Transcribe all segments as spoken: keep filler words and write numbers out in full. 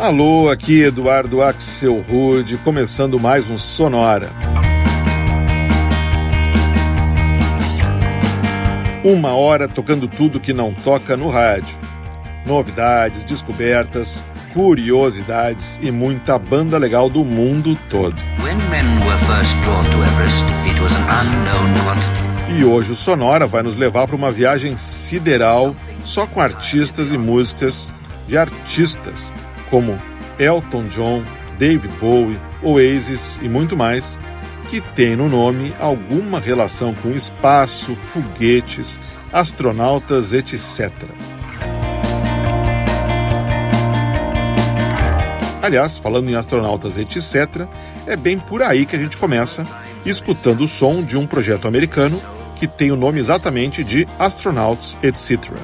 Alô, aqui Eduardo Axel Rude, começando mais um Sonora. Uma hora tocando tudo que não toca no rádio. Novidades, descobertas, curiosidades e muita banda legal do mundo todo. E hoje o Sonora vai nos levar para uma viagem sideral só com artistas e músicas de artistas como Elton John, David Bowie, Oasis e muito mais, que tem no nome alguma relação com espaço, foguetes, astronautas, etcétera. Aliás, falando em astronautas, etcétera, é bem por aí que a gente começa, escutando o som de um projeto americano que tem o nome exatamente de Astronauts, etcétera.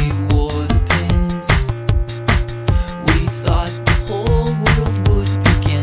Begin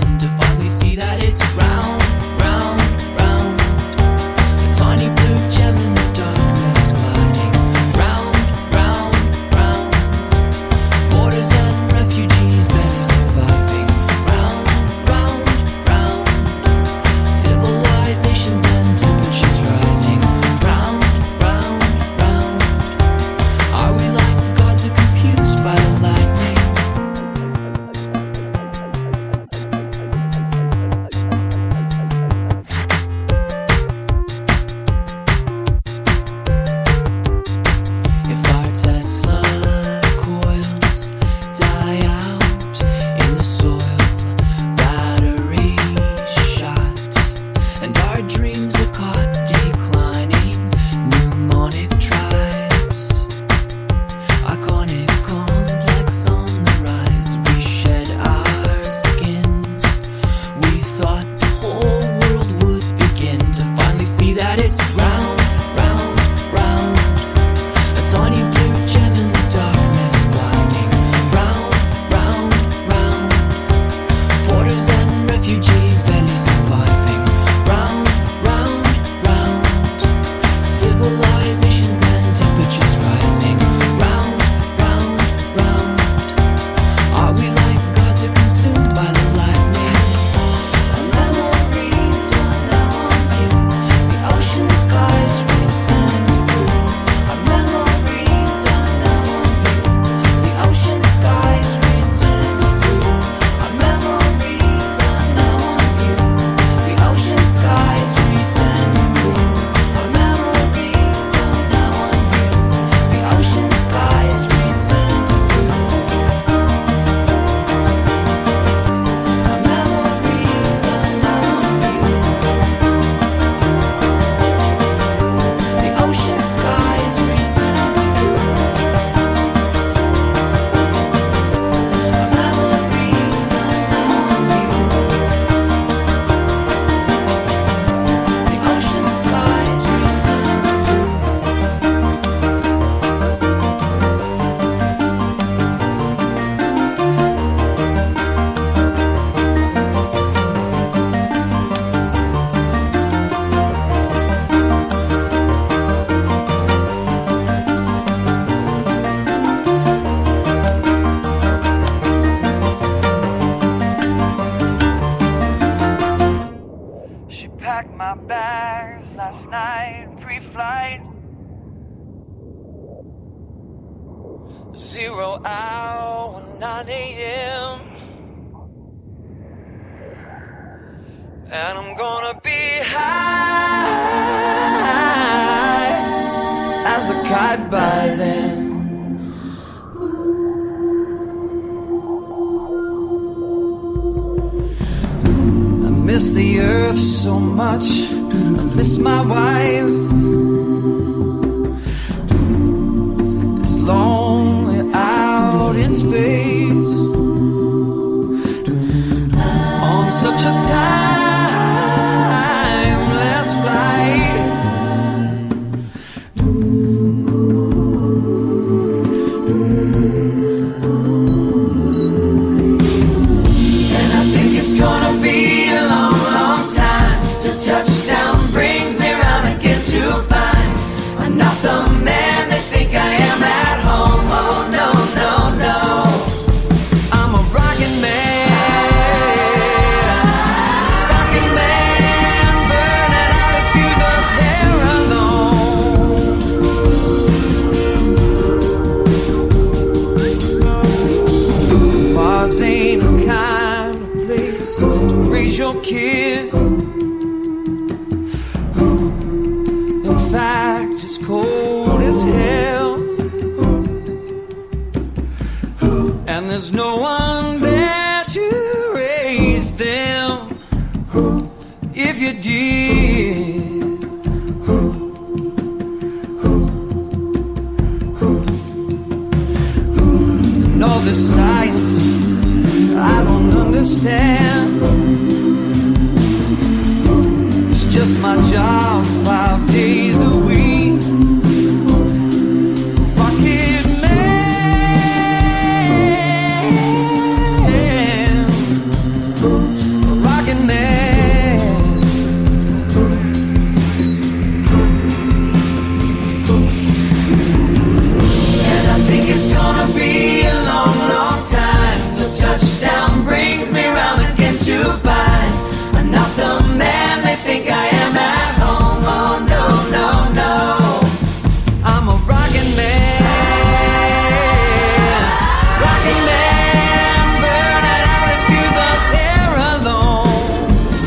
Zero hour, nine a.m. And I'm gonna be high as a kite by then. I miss the earth so much, I miss my wife. It's lonely out in space on such a timeless flight. And I think it's gonna be a long, long time till touchdown brings me round again to find I'm not the man they think I am at home. Oh no, no, no, I'm a rockin' man, rockin' man, burning out his fuse up there alone. Bars ain't a kind of place to raise your kids. In fact, it's cold as hell, and there's no one there to raise them. If you did, and all this science I don't understand, it's just my job five days a week. Rocket man, rocket man. And I think it's gonna be a long, long time till touchdown brings me round again to find I'm not the man they think I am at home. Oh no, no, no, I'm a rockin' man, rockin' man, burning out his fuse up there alone.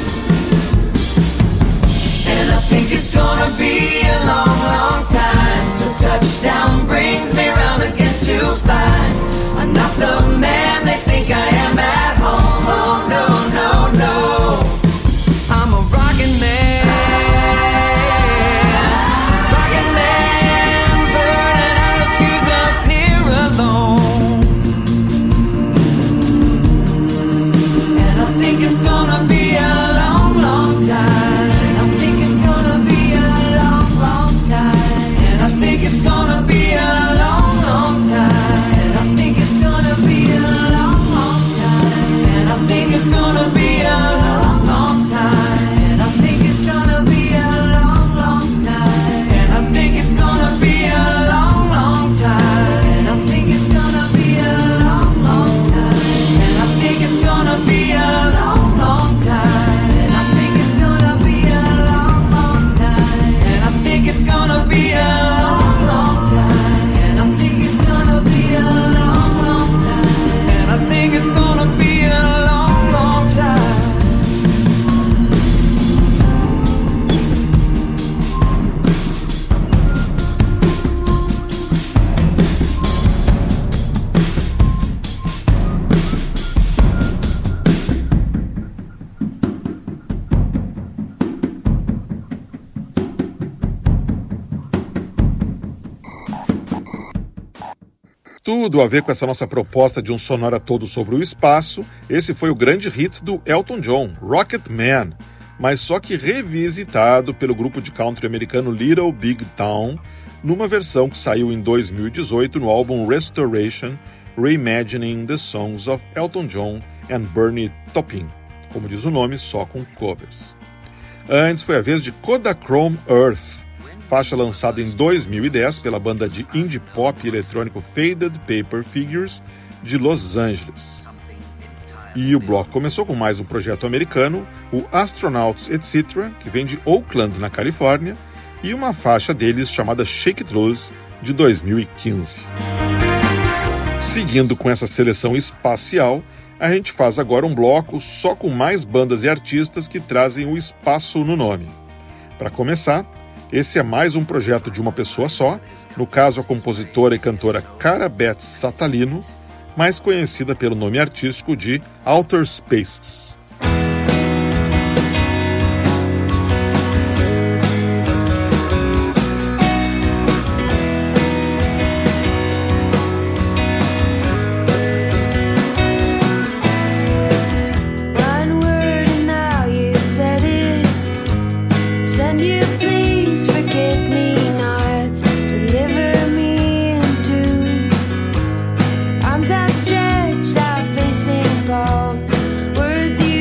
And I think it's gonna be a long, long time till touchdown brings me round again to find I'm not the man they think I am at home. Oh no, no, no, I'm a rockin' man, rockin' man, burning out his fuse up here alone. And I think it's gonna be a long, long time. And I think it's gonna be a long, long time. And I think it's gonna be a long, long time. And I think it's gonna be a long, long time. And I think it's gonna be a long, long time. And I think it's gonna be a long, long time. And I think it's gonna be a long, long time. And I think it's gonna be a long, long time. And I think it's gonna be a long, long time. And I think it's gonna be a long, long time. And I think it's gonna be a long, long time. And I think it's gonna be a long, long time. And I think it's gonna be a long, long time. Tudo a ver com essa nossa proposta de um sonora todo sobre o espaço, esse foi o grande hit do Elton John, Rocket Man, mas só que revisitado pelo grupo de country americano Little Big Town, numa versão que saiu em dois mil e dezoito no álbum Restoration, Reimagining the Songs of Elton John and Bernie Taupin, como diz o nome, só com covers. Antes foi a vez de Kodachrome Earth, faixa lançada em dois mil e dez pela banda de indie pop e eletrônico Faded Paper Figures de Los Angeles. E o bloco começou com mais um projeto americano, o Astronauts Etc., que vem de Oakland, na Califórnia, e uma faixa deles chamada Shake It Loose, de dois mil e quinze. Seguindo com essa seleção espacial, a gente faz agora um bloco só com mais bandas e artistas que trazem o espaço no nome. Para começar, esse é mais um projeto de uma pessoa só, no caso a compositora e cantora Cara Betts Satalino, mais conhecida pelo nome artístico de Outer Spaces. Arms outstretched out facing palms, words you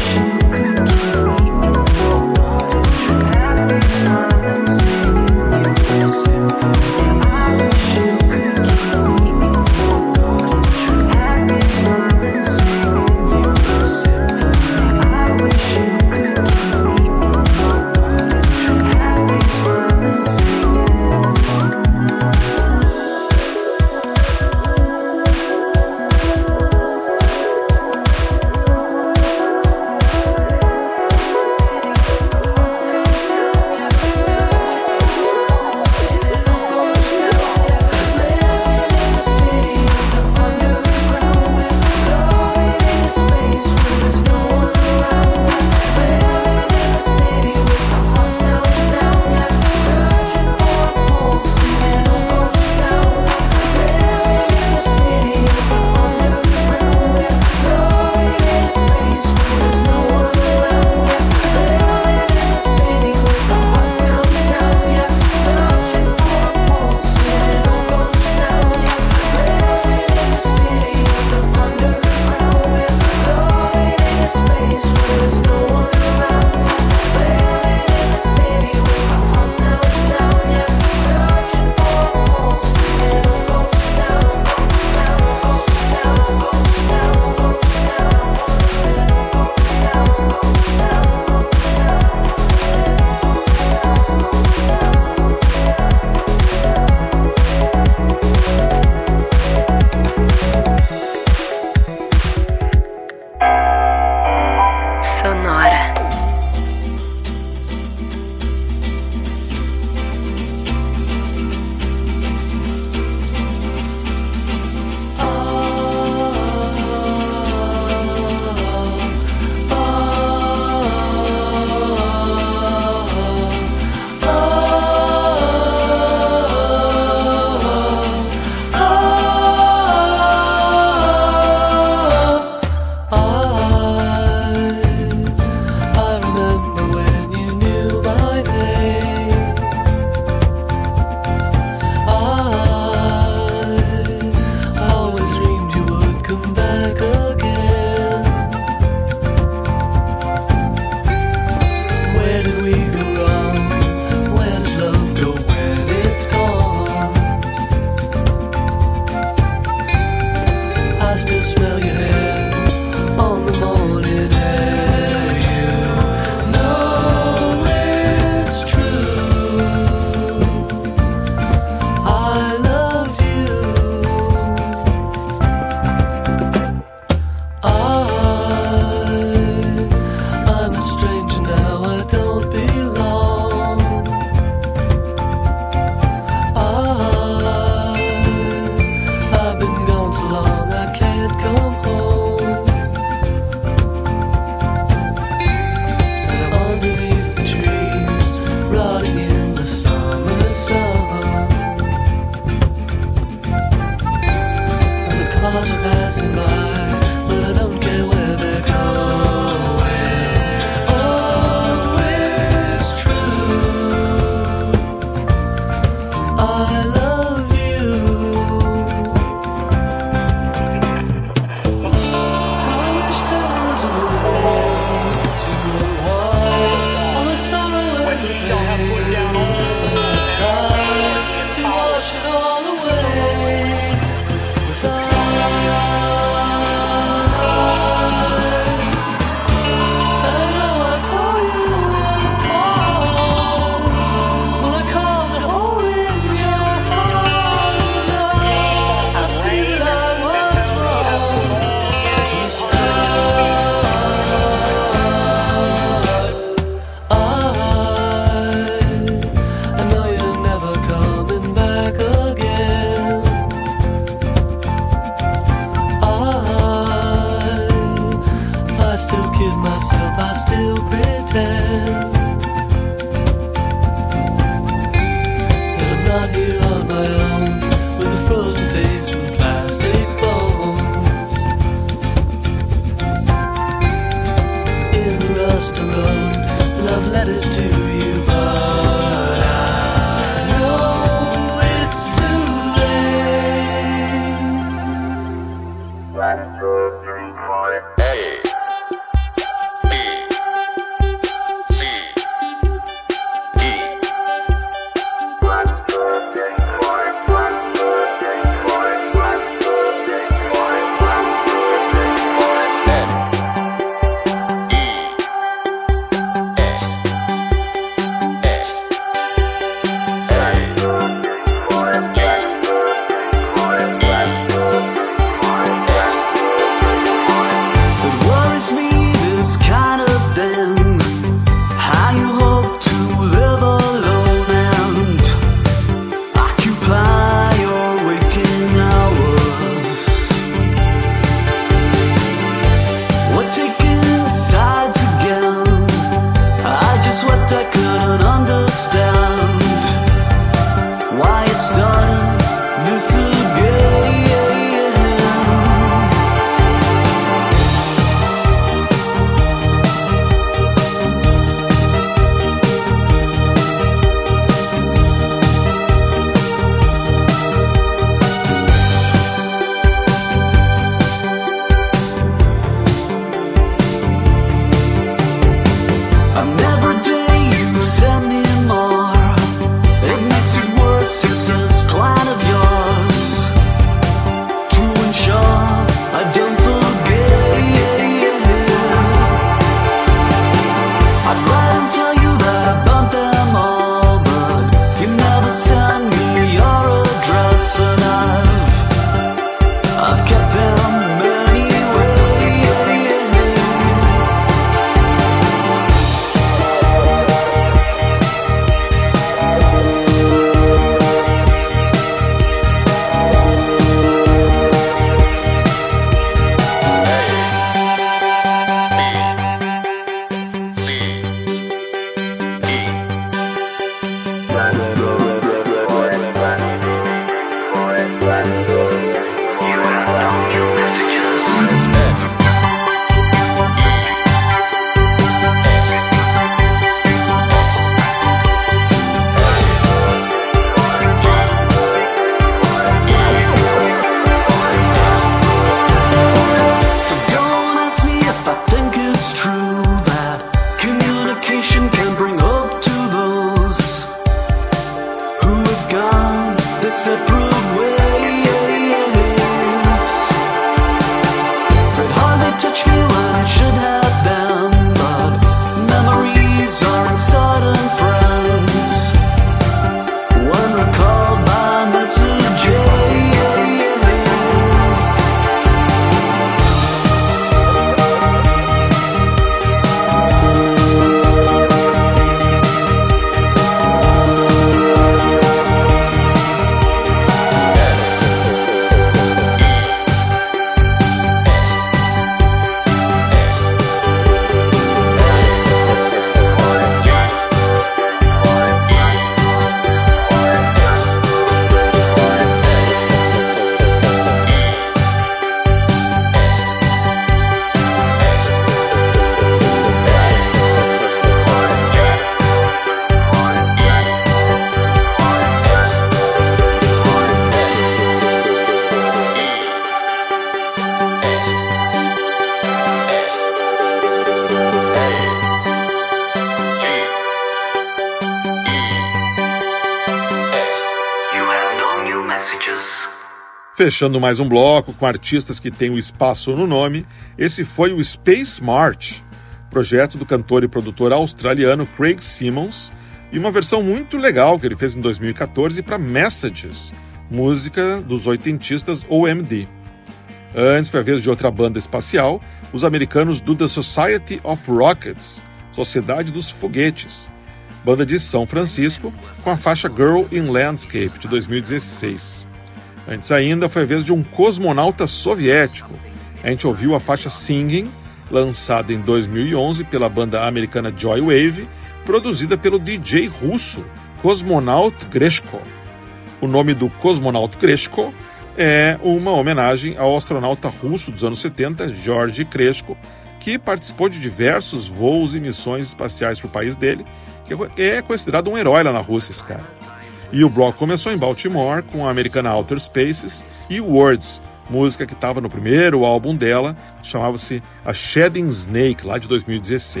Fechando mais um bloco com artistas que têm o espaço no nome, esse foi o Space March, projeto do cantor e produtor australiano Craig Simmons, e uma versão muito legal que ele fez em dois mil e catorze para Messages, música dos oitentistas O M D. Antes foi a vez de outra banda espacial, os americanos do The Society of Rockets, Sociedade dos Foguetes, banda de São Francisco, com a faixa Girl in Landscape, de dois mil e dezesseis. Antes ainda foi a vez de um cosmonauta soviético. A gente ouviu a faixa Singing, lançada em dois mil e onze pela banda americana Joywave, produzida pelo D J russo Cosmonaut Greshko. O nome do Cosmonaut Greshko é uma homenagem ao astronauta russo dos anos setenta, Georgy Greshko, que participou de diversos voos e missões espaciais para o país dele, que é considerado um herói lá na Rússia, esse cara. E o bloco começou em Baltimore com a americana Outer Spaces e Words, música que estava no primeiro álbum dela, chamava-se A Shedding Snake, lá de dois mil e dezesseis.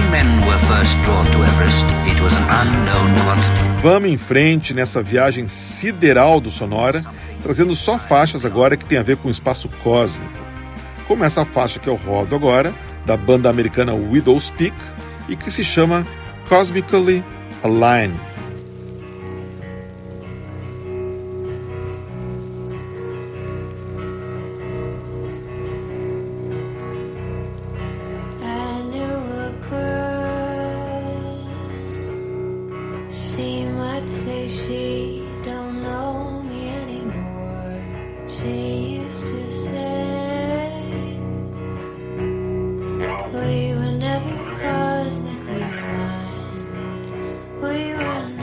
Vamos em frente nessa viagem sideral do Sonora, trazendo só faixas agora que tem a ver com o espaço cósmico. Como essa faixa que eu rodo agora, da banda americana Widow's Peak, e que se chama Cosmically Aligned. We were never cosmically aligned. We were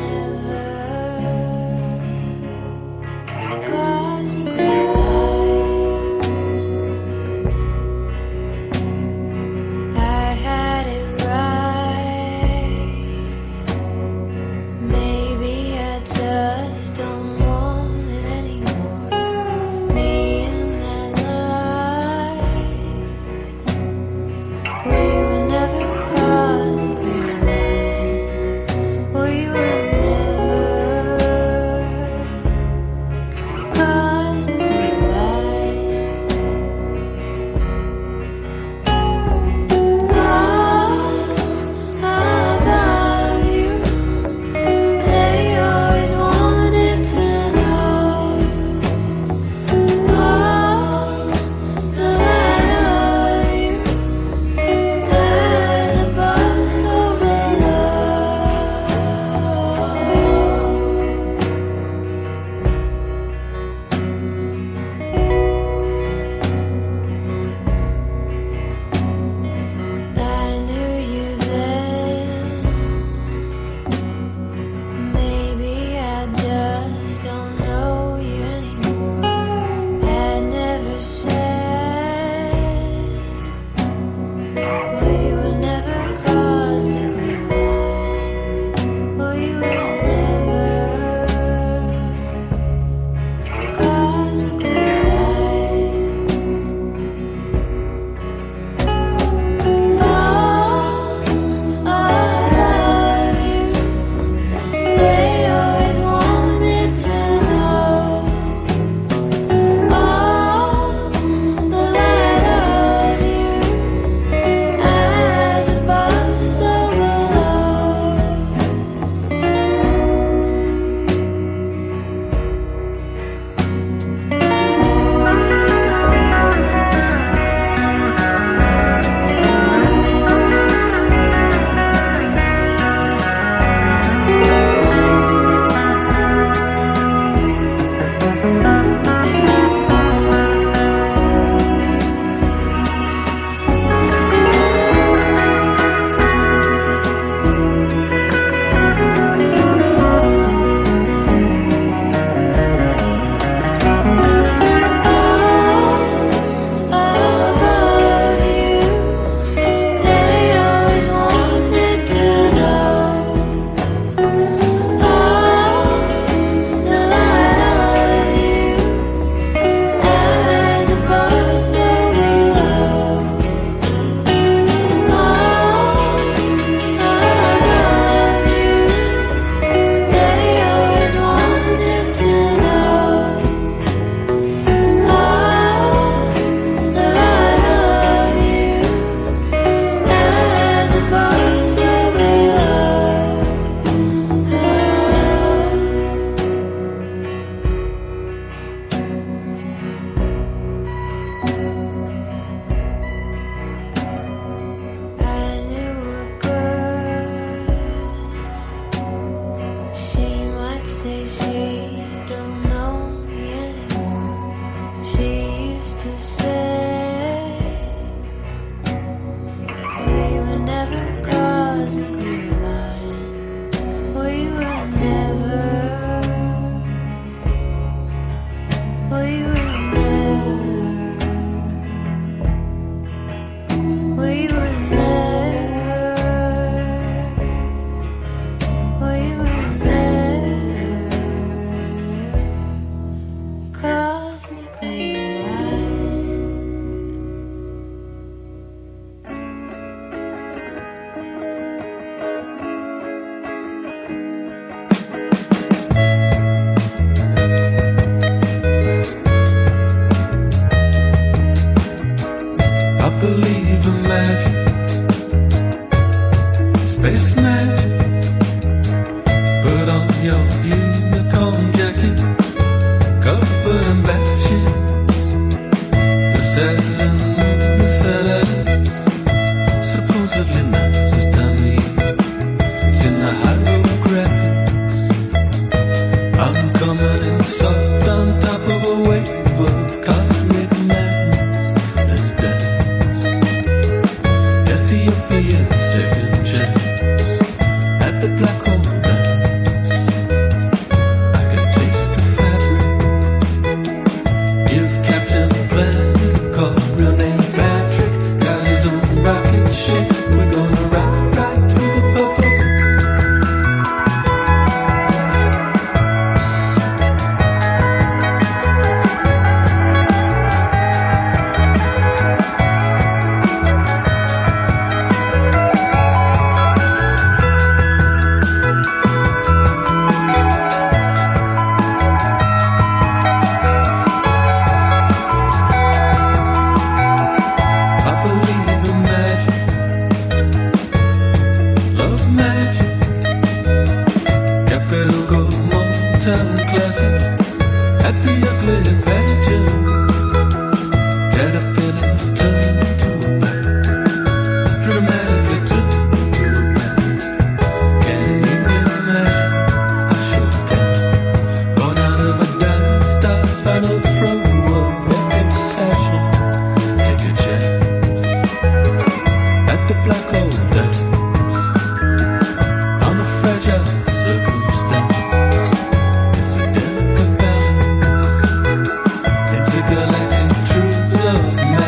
Intergalactic truth, love,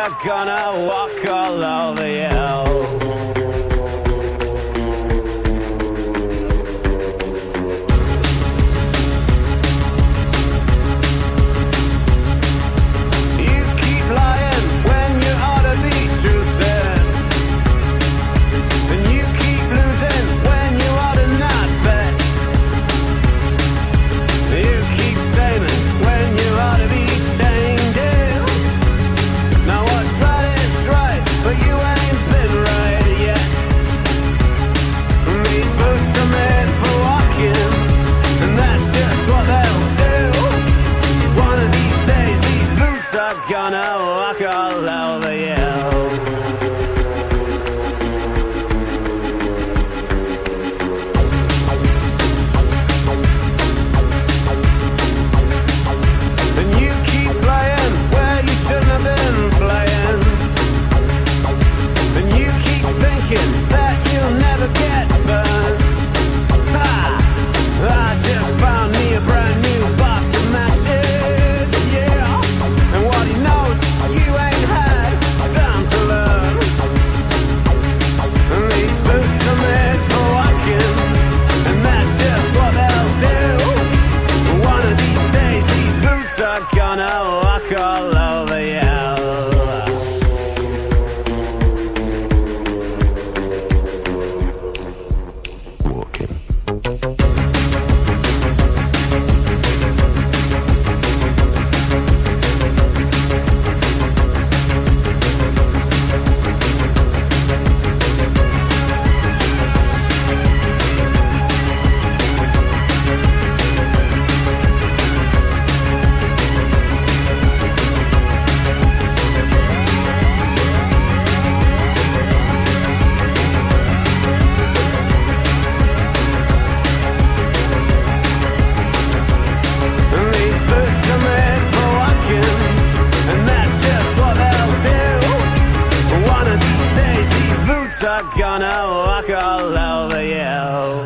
are gonna walk all over you. Are gonna walk all over you. And you keep playing where you shouldn't have been playing. And you keep thinking that you'll never get burnt. Ha! I just found me a brand new box of matches. Yeah. And what he knows, you ain't had time to learn. And these boots are made for walking, and that's just what they'll do. One of these days, these boots are gonna walk all over you. Are gonna walk all over you.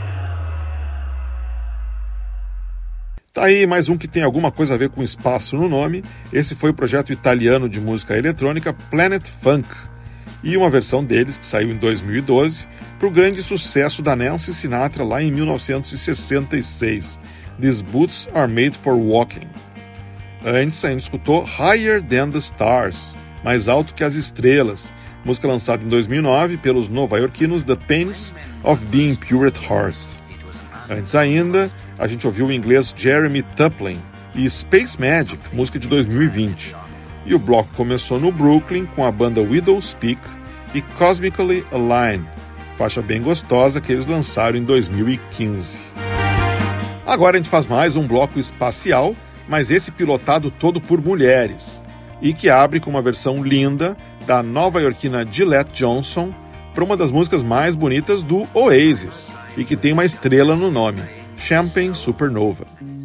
Tá aí mais um que tem alguma coisa a ver com espaço no nome. Esse foi o projeto italiano de música eletrônica Planet Funk e uma versão deles que saiu em dois mil e doze para o grande sucesso da Nancy Sinatra lá em mil novecentos e sessenta e seis, These Boots Are Made for Walking. Antes a gente escutou Higher Than the Stars, Mais Alto que as Estrelas, música lançada em dois mil e nove pelos nova-iorquinos The Pains of Being Pure at Heart. Antes ainda, a gente ouviu o inglês Jeremy Tuplin e Space Magic, música de dois mil e vinte. E o bloco começou no Brooklyn com a banda Widow's Peak e Cosmically Aligned, faixa bem gostosa que eles lançaram em dois mil e quinze. Agora a gente faz mais um bloco espacial, mas esse pilotado todo por mulheres, e que abre com uma versão linda da nova-iorquina Gillette Johnson para uma das músicas mais bonitas do Oasis e que tem uma estrela no nome, Champagne Supernova.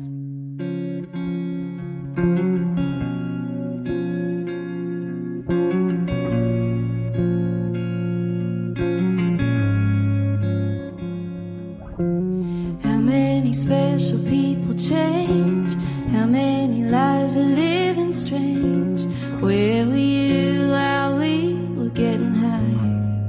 How many special people change? How many lives are living strange? Where were you while we were getting high?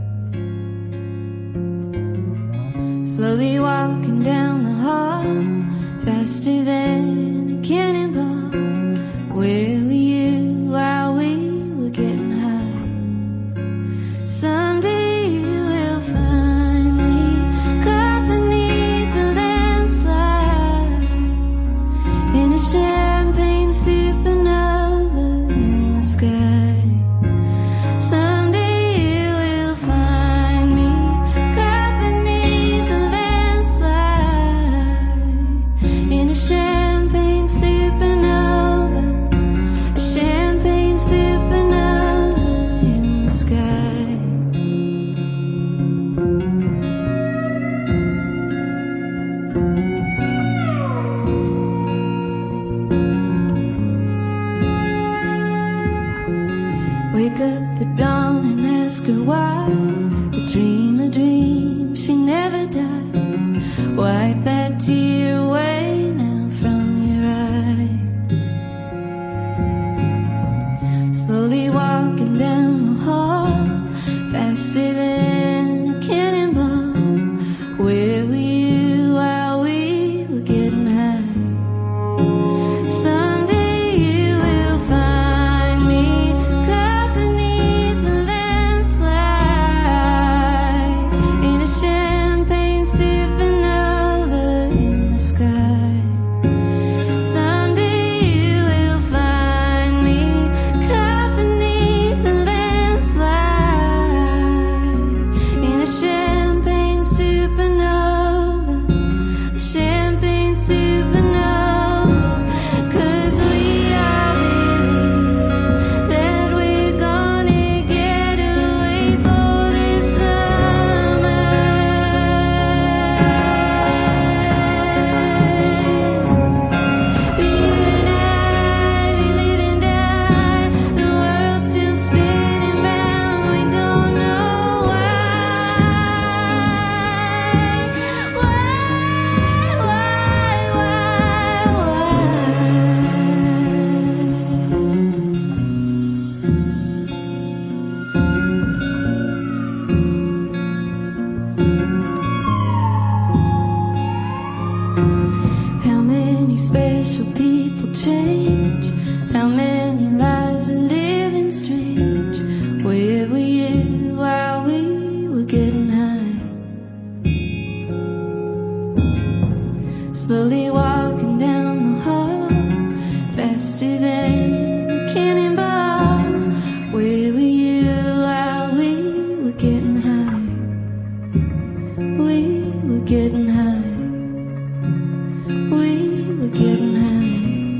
Slowly walking down the hall, faster than a cannonball. Where were you while we were getting high? Someday you will find me caught beneath the landslide in a champagne supernova in the sky. Someday you will find me caught beneath the landslide in a champagne supernova, a champagne supernova in the sky. Wake up at dawn and ask her why. A dream, a dream, she never dies. Wipe that tear away now from your eyes. Slowly walking many special people change? How many lives are living strange? Where were you while we were getting high? Slowly walking down the hall, faster than a cannonball. Where were you while we were getting high? We were getting high. We were getting high.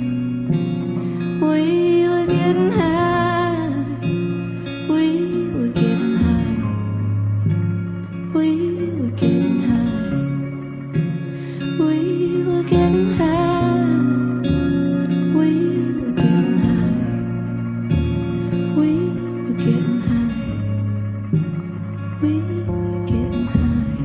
We were getting high. We were getting high. We were getting high. We were getting high. We were getting high. We were getting high. We were getting high.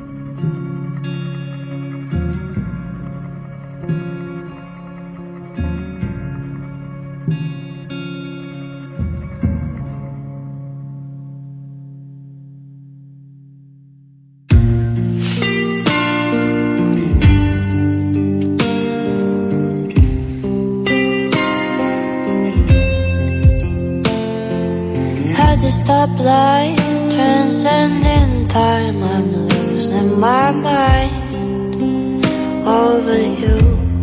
At the stoplight, transcending time, I'm losing my mind over you.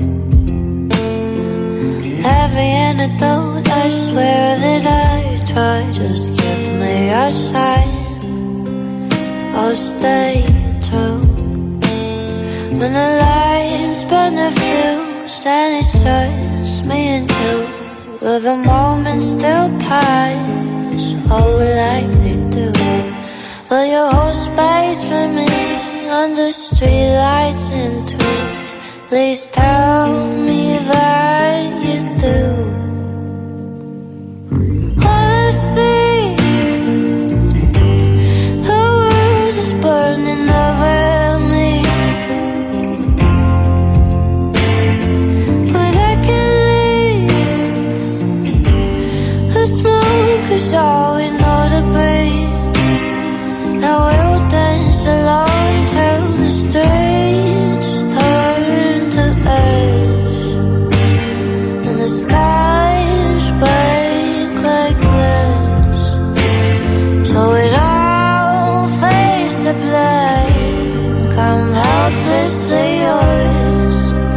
Every anecdote, I swear that I try, just give me a sign, I'll stay true. When the lights burn the fuse and it's just me and you, will the moment still pass? Oh, like they do. Will you hold space for me under streetlights and trees? Please tell me that you do. All I see, the world is burning over me, but I can't leave. The smoke is all we know to breathe. Now we'll dance along till the streets turn to ash, and the skies break like glass. So it all fades to black. I'm helplessly yours.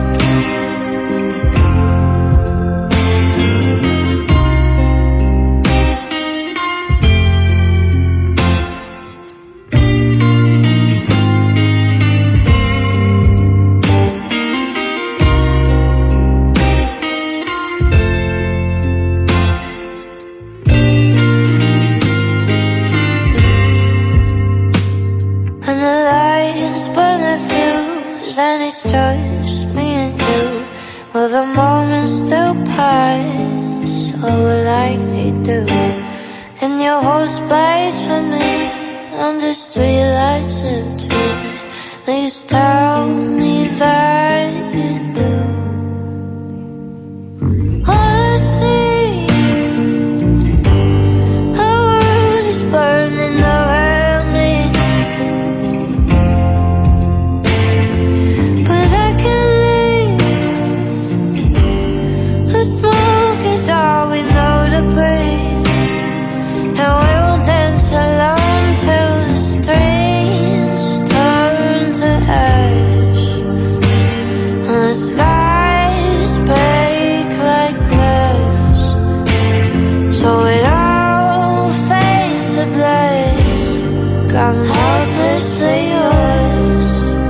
And the lights burn the fuse and it's just me and you. Will the moment still pass? Oh, like they do. Can you hold space for me under streetlights and trees? Please tell me that you do. All I see, the world is burning around me, but I can't leave. The smoke is all we know to breathe, and we'll dance along till the streets turn to ash, and the skies break like glass. So it all fades to black. I'm helplessly yours.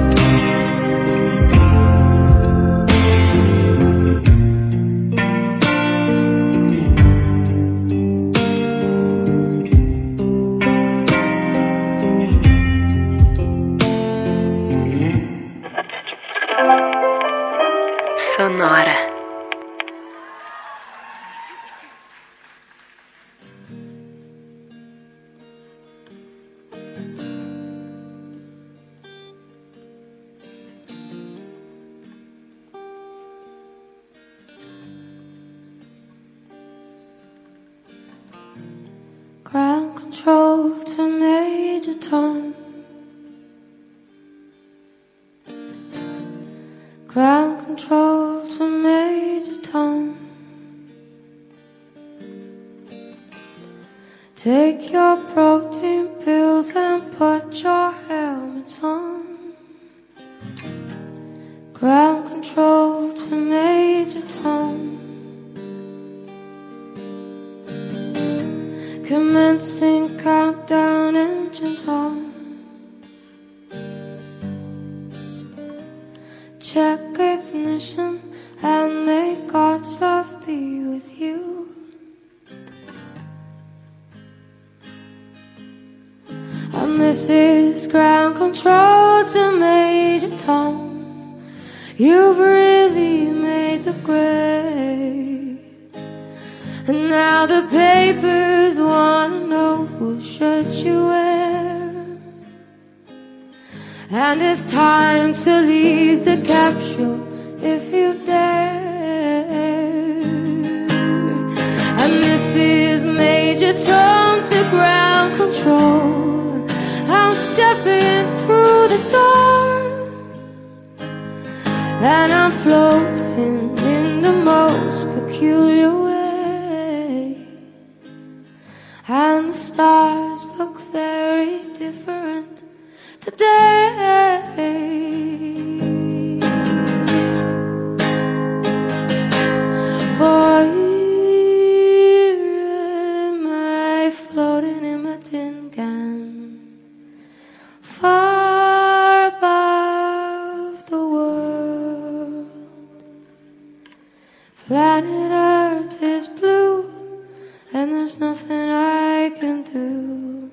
Sonora. Ground control to Major Tom. Ground control to Major Tom. Take your protein pills and put your helmets on. Ground control to Major Tom. Commencing countdown, engines on. Check ignition and may God's love be with you. And this is ground control to Major Tom. You've really made the grade. And now the papers wanna know whose shirt you wear. And it's time to leave the capsule if you dare. And this is Major Tom to ground control. I'm stepping through the door, and I'm floating in the most peculiar way. And the stars look very different today. For here am I floating in my tin can, far above the world. Planet Earth is blue, and there's nothing I can do.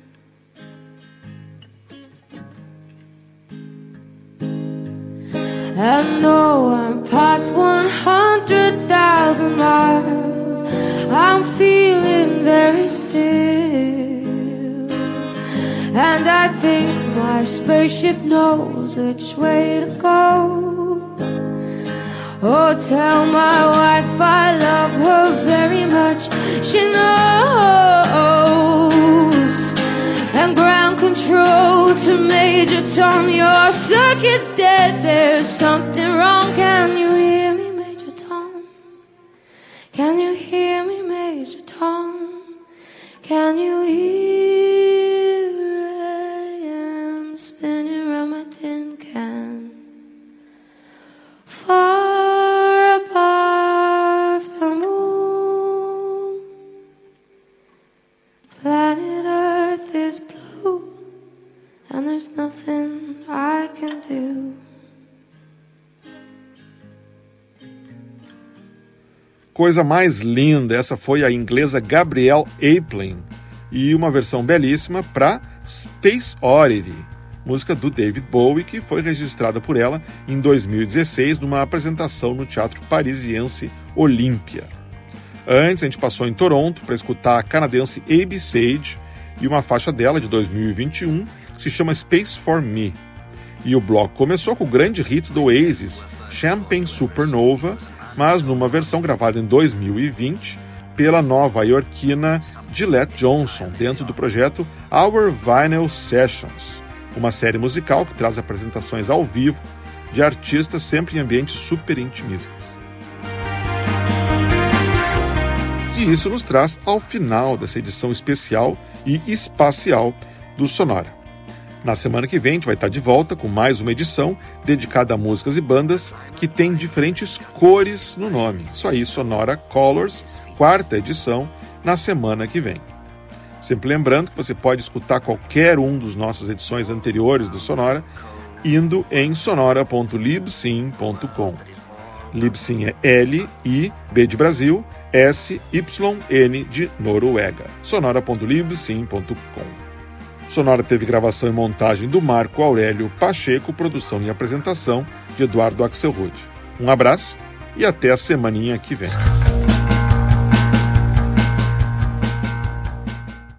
I know I'm past one hundred thousand miles. I'm feeling very still, and I think my spaceship knows which way to go. Oh, tell my wife I love her very much. She knows. And ground control to Major Tom. Your circuit's dead. There's something wrong. Can you hear me, Major Tom? Can you hear me, Major Tom? Can you hear? I am spinning around my tin can, far above the moon. Planet Earth is blue, and there's nothing I can do. Coisa mais linda, essa foi a inglesa Gabrielle Aplin e uma versão belíssima para Space Oddity, música do David Bowie, que foi registrada por ela em dois mil e dezesseis numa apresentação no teatro parisiense Olympia. Antes, a gente passou em Toronto para escutar a canadense Abby Sage e uma faixa dela de dois mil e vinte e um que se chama Space for Me. E o bloco começou com o grande hit do Oasis, Champagne Supernova, mas numa versão gravada em dois mil e vinte pela nova-iorquina Gillette Johnson, dentro do projeto Our Vinyl Sessions, uma série musical que traz apresentações ao vivo de artistas sempre em ambientes super intimistas. E isso nos traz ao final dessa edição especial e espacial do Sonora. Na semana que vem a gente vai estar de volta com mais uma edição dedicada a músicas e bandas que têm diferentes cores no nome. Isso aí, Sonora Colors, quarta edição, na semana que vem. Sempre lembrando que você pode escutar qualquer um dos nossas edições anteriores do Sonora indo em sonora ponto libsyn ponto com. Libsyn é L I B de Brasil, S Y N de Noruega. sonora ponto libsyn ponto com. Sonora teve gravação e montagem do Marco Aurélio Pacheco, produção e apresentação de Eduardo Axelrod. Um abraço e até a semaninha que vem.